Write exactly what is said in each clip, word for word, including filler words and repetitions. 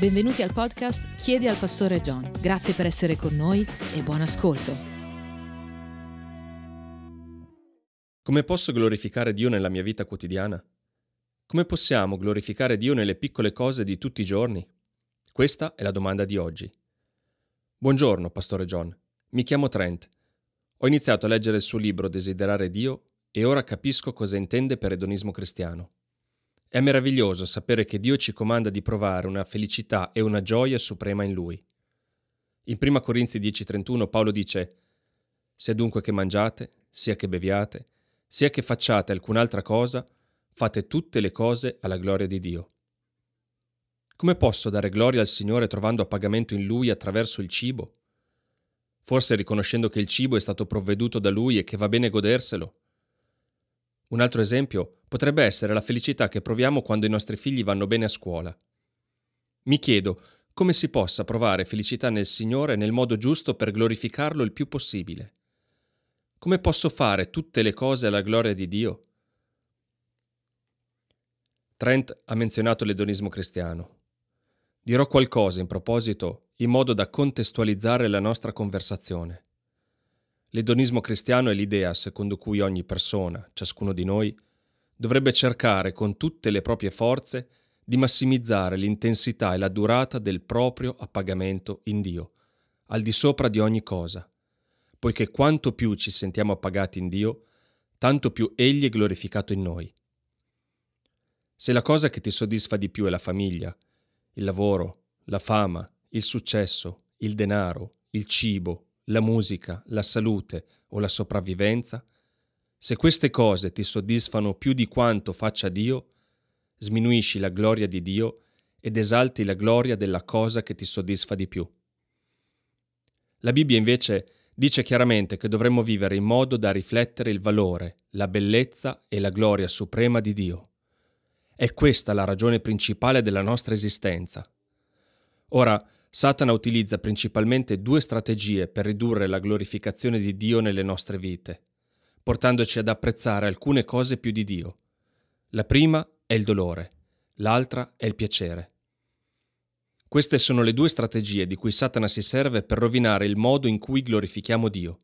benvenuti al podcast Chiedi al Pastore John. Grazie per essere con noi e buon ascolto. Come posso glorificare Dio nella mia vita quotidiana? Come possiamo glorificare Dio nelle piccole cose di tutti i giorni? Questa è la domanda di oggi. Buongiorno, Pastore John. Mi chiamo Trent. Ho iniziato a leggere il suo libro Desiderare Dio e ora capisco cosa intende per edonismo cristiano. È meraviglioso sapere che Dio ci comanda di provare una felicità e una gioia suprema in Lui. In prima Corinzi dieci trentuno Paolo dice: «Sia dunque che mangiate, sia che beviate, sia che facciate alcun'altra cosa, fate tutte le cose alla gloria di Dio». Come posso dare gloria al Signore trovando appagamento in Lui attraverso il cibo? Forse riconoscendo che il cibo è stato provveduto da Lui e che va bene goderselo. Un altro esempio potrebbe essere la felicità che proviamo quando i nostri figli vanno bene a scuola. Mi chiedo come si possa provare felicità nel Signore nel modo giusto per glorificarlo il più possibile. Come posso fare tutte le cose alla gloria di Dio? Trent ha menzionato l'edonismo cristiano. Dirò qualcosa in proposito in modo da contestualizzare la nostra conversazione. L'edonismo cristiano è l'idea secondo cui ogni persona, ciascuno di noi, dovrebbe cercare con tutte le proprie forze di massimizzare l'intensità e la durata del proprio appagamento in Dio, al di sopra di ogni cosa, poiché quanto più ci sentiamo appagati in Dio, tanto più Egli è glorificato in noi. Se la cosa che ti soddisfa di più è la famiglia, il lavoro, la fama, il successo, il denaro, il cibo, la musica, la salute o la sopravvivenza, se queste cose ti soddisfano più di quanto faccia Dio, sminuisci la gloria di Dio ed esalti la gloria della cosa che ti soddisfa di più. La Bibbia invece dice chiaramente che dovremmo vivere in modo da riflettere il valore, la bellezza e la gloria suprema di Dio. È questa la ragione principale della nostra esistenza. Ora, Satana utilizza principalmente due strategie per ridurre la glorificazione di Dio nelle nostre vite, portandoci ad apprezzare alcune cose più di Dio. La prima è il dolore, l'altra è il piacere. Queste sono le due strategie di cui Satana si serve per rovinare il modo in cui glorifichiamo Dio.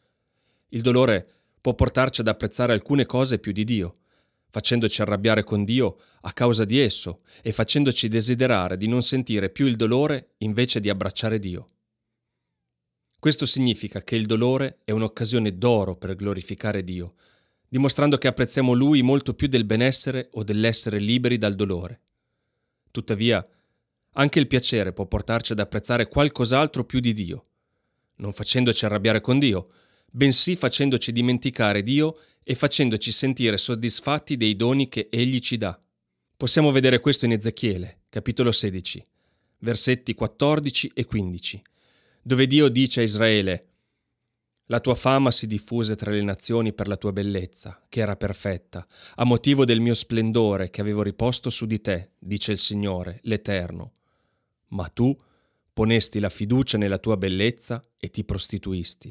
Il dolore può portarci ad apprezzare alcune cose più di Dio, facendoci arrabbiare con Dio a causa di esso e facendoci desiderare di non sentire più il dolore invece di abbracciare Dio. Questo significa che il dolore è un'occasione d'oro per glorificare Dio, dimostrando che apprezziamo Lui molto più del benessere o dell'essere liberi dal dolore. Tuttavia, anche il piacere può portarci ad apprezzare qualcos'altro più di Dio, non facendoci arrabbiare con Dio, bensì facendoci dimenticare Dio e facendoci sentire soddisfatti dei doni che Egli ci dà. Possiamo vedere questo in Ezechiele, capitolo sedici, versetti quattordici e quindici, dove Dio dice a Israele: «La tua fama si diffuse tra le nazioni per la tua bellezza, che era perfetta, a motivo del mio splendore che avevo riposto su di te, dice il Signore, l'Eterno. Ma tu ponesti la fiducia nella tua bellezza e ti prostituisti».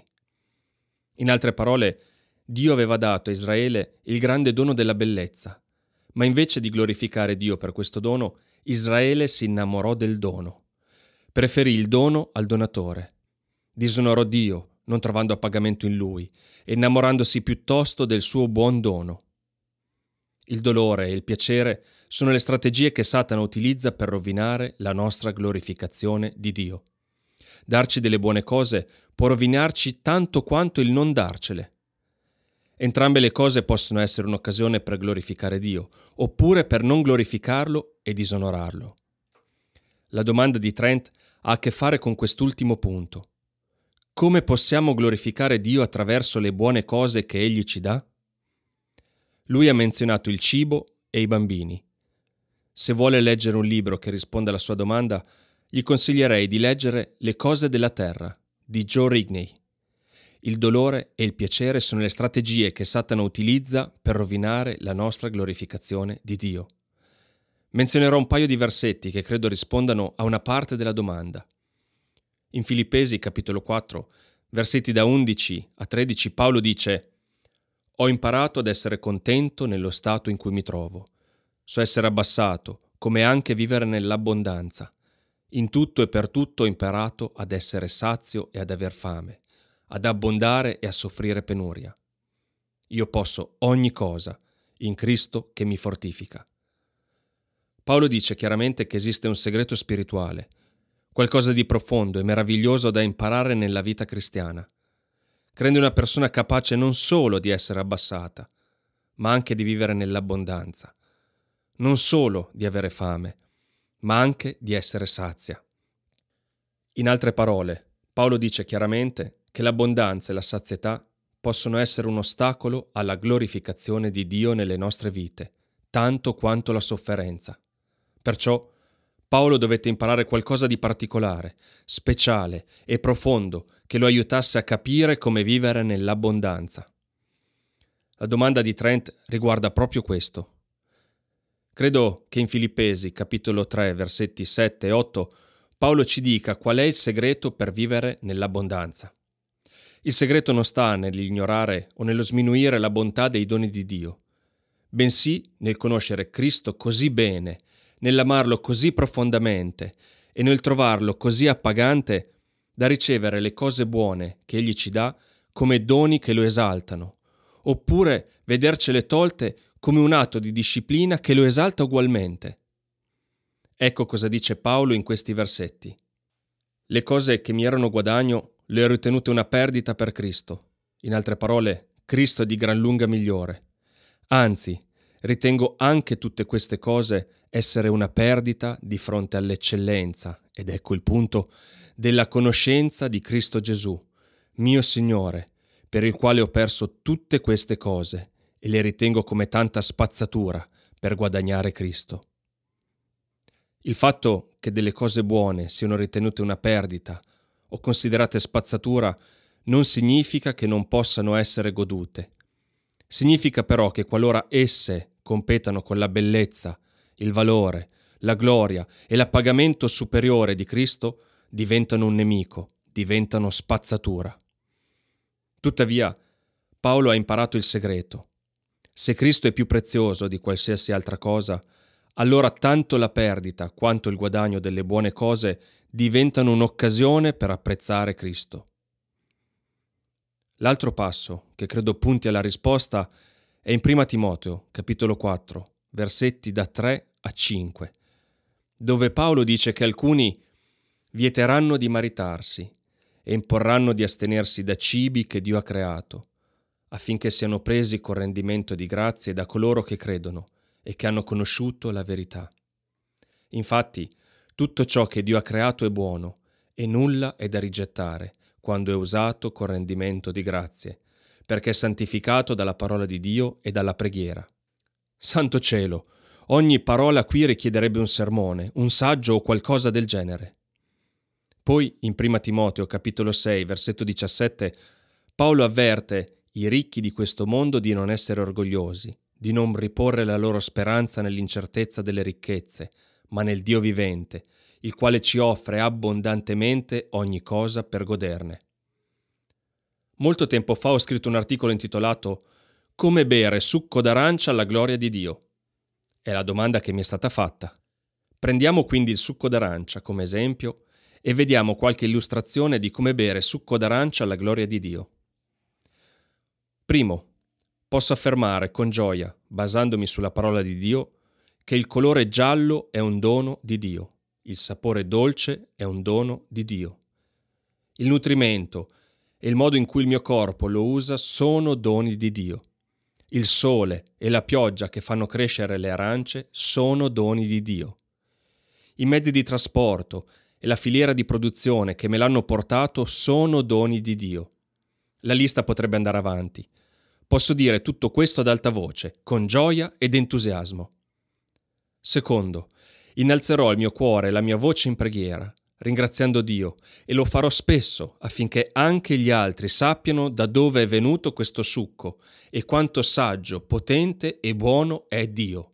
In altre parole, Dio aveva dato a Israele il grande dono della bellezza, ma invece di glorificare Dio per questo dono, Israele si innamorò del dono. Preferì il dono al donatore. Disonorò Dio, non trovando appagamento in Lui, e innamorandosi piuttosto del suo buon dono. Il dolore e il piacere sono le strategie che Satana utilizza per rovinare la nostra glorificazione di Dio. Darci delle buone cose può rovinarci tanto quanto il non darcele. Entrambe le cose possono essere un'occasione per glorificare Dio, oppure per non glorificarlo e disonorarlo. La domanda di Trent ha a che fare con quest'ultimo punto. Come possiamo glorificare Dio attraverso le buone cose che Egli ci dà? Lui ha menzionato il cibo e i bambini. Se vuole leggere un libro che risponda alla sua domanda, gli consiglierei di leggere Le cose della terra di Joe Rigney. Il dolore e il piacere sono le strategie che Satana utilizza per rovinare la nostra glorificazione di Dio. Menzionerò un paio di versetti che credo rispondano a una parte della domanda. In Filippesi capitolo quattro, versetti da undici a tredici, Paolo dice: «Ho imparato ad essere contento nello stato in cui mi trovo. So essere abbassato, come anche vivere nell'abbondanza. In tutto e per tutto ho imparato ad essere sazio e ad aver fame, ad abbondare e a soffrire penuria. Io posso ogni cosa in Cristo che mi fortifica. Paolo dice chiaramente che esiste un segreto spirituale, qualcosa di profondo e meraviglioso da imparare nella vita cristiana, che rende una persona capace non solo di essere abbassata, ma anche di vivere nell'abbondanza, non solo di avere fame, ma anche di essere sazia. In altre parole, Paolo dice chiaramente che l'abbondanza e la sazietà possono essere un ostacolo alla glorificazione di Dio nelle nostre vite, tanto quanto la sofferenza. Perciò Paolo dovette imparare qualcosa di particolare, speciale e profondo che lo aiutasse a capire come vivere nell'abbondanza. La domanda di Trent riguarda proprio questo. Credo che in Filippesi, capitolo tre, versetti sette e otto, Paolo ci dica qual è il segreto per vivere nell'abbondanza. Il segreto non sta nell'ignorare o nello sminuire la bontà dei doni di Dio, bensì nel conoscere Cristo così bene, nell'amarlo così profondamente e nel trovarlo così appagante da ricevere le cose buone che Egli ci dà come doni che lo esaltano, oppure vedercele tolte come un atto di disciplina che lo esalta ugualmente. Ecco cosa dice Paolo in questi versetti. Le cose che mi erano guadagno le ho ritenute una perdita per Cristo. In altre parole, Cristo è di gran lunga migliore. Anzi, ritengo anche tutte queste cose essere una perdita di fronte all'eccellenza, ed ecco il punto, della conoscenza di Cristo Gesù, mio Signore, per il quale ho perso tutte queste cose e le ritengo come tanta spazzatura per guadagnare Cristo. Il fatto che delle cose buone siano ritenute una perdita o considerate spazzatura non significa che non possano essere godute. Significa però che qualora esse competano con la bellezza, il valore, la gloria e l'appagamento superiore di Cristo, diventano un nemico, diventano spazzatura. Tuttavia, Paolo ha imparato il segreto. Se Cristo è più prezioso di qualsiasi altra cosa, allora tanto la perdita quanto il guadagno delle buone cose diventano un'occasione per apprezzare Cristo. L'altro passo, che credo punti alla risposta, è in Prima Timoteo, capitolo quattro, versetti da tre a cinque, dove Paolo dice che alcuni vieteranno di maritarsi e imporranno di astenersi da cibi che Dio ha creato, affinché siano presi con rendimento di grazie da coloro che credono e che hanno conosciuto la verità. Infatti, tutto ciò che Dio ha creato è buono e nulla è da rigettare quando è usato con rendimento di grazie, perché è santificato dalla parola di Dio e dalla preghiera. Santo cielo, ogni parola qui richiederebbe un sermone, un saggio o qualcosa del genere. Poi, in Prima Timoteo, capitolo sei, versetto diciassette, Paolo avverte i ricchi di questo mondo di non essere orgogliosi, di non riporre la loro speranza nell'incertezza delle ricchezze, ma nel Dio vivente, il quale ci offre abbondantemente ogni cosa per goderne. Molto tempo fa ho scritto un articolo intitolato «Come bere succo d'arancia alla gloria di Dio». È la domanda che mi è stata fatta. Prendiamo quindi il succo d'arancia come esempio e vediamo qualche illustrazione di come bere succo d'arancia alla gloria di Dio. Primo, posso affermare con gioia, basandomi sulla parola di Dio, che il colore giallo è un dono di Dio, il sapore dolce è un dono di Dio. Il nutrimento e il modo in cui il mio corpo lo usa sono doni di Dio. Il sole e la pioggia che fanno crescere le arance sono doni di Dio. I mezzi di trasporto e la filiera di produzione che me l'hanno portato sono doni di Dio. La lista potrebbe andare avanti. Posso dire tutto questo ad alta voce, con gioia ed entusiasmo. Secondo, innalzerò il mio cuore e la mia voce in preghiera, ringraziando Dio, e lo farò spesso affinché anche gli altri sappiano da dove è venuto questo succo e quanto saggio, potente e buono è Dio.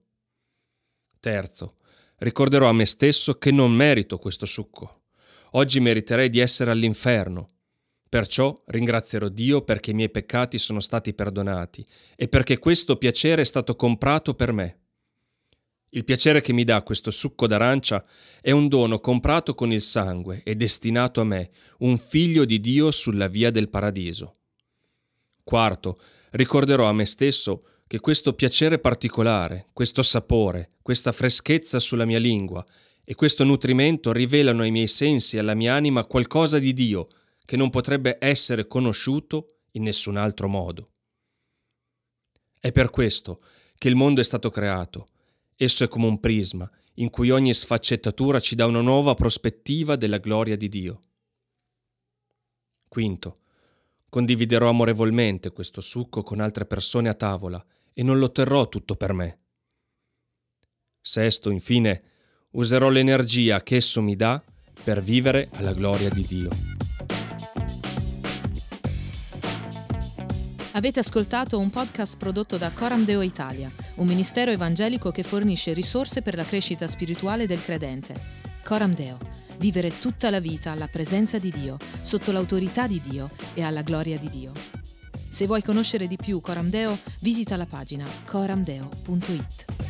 Terzo, ricorderò a me stesso che non merito questo succo. Oggi meriterei di essere all'inferno. Perciò ringrazierò Dio perché i miei peccati sono stati perdonati e perché questo piacere è stato comprato per me. Il piacere che mi dà questo succo d'arancia è un dono comprato con il sangue e destinato a me, un figlio di Dio sulla via del paradiso. Quarto, ricorderò a me stesso che questo piacere particolare, questo sapore, questa freschezza sulla mia lingua e questo nutrimento rivelano ai miei sensi e alla mia anima qualcosa di Dio che non potrebbe essere conosciuto in nessun altro modo. È per questo che il mondo è stato creato. Esso è come un prisma in cui ogni sfaccettatura ci dà una nuova prospettiva della gloria di Dio. Quinto, condividerò amorevolmente questo succo con altre persone a tavola e non lo terrò tutto per me. Sesto, infine, userò l'energia che esso mi dà per vivere alla gloria di Dio. Avete ascoltato un podcast prodotto da Coram Deo Italia, un ministero evangelico che fornisce risorse per la crescita spirituale del credente. Coram Deo, vivere tutta la vita alla presenza di Dio, sotto l'autorità di Dio e alla gloria di Dio. Se vuoi conoscere di più Coram Deo, visita la pagina coram deo punto it.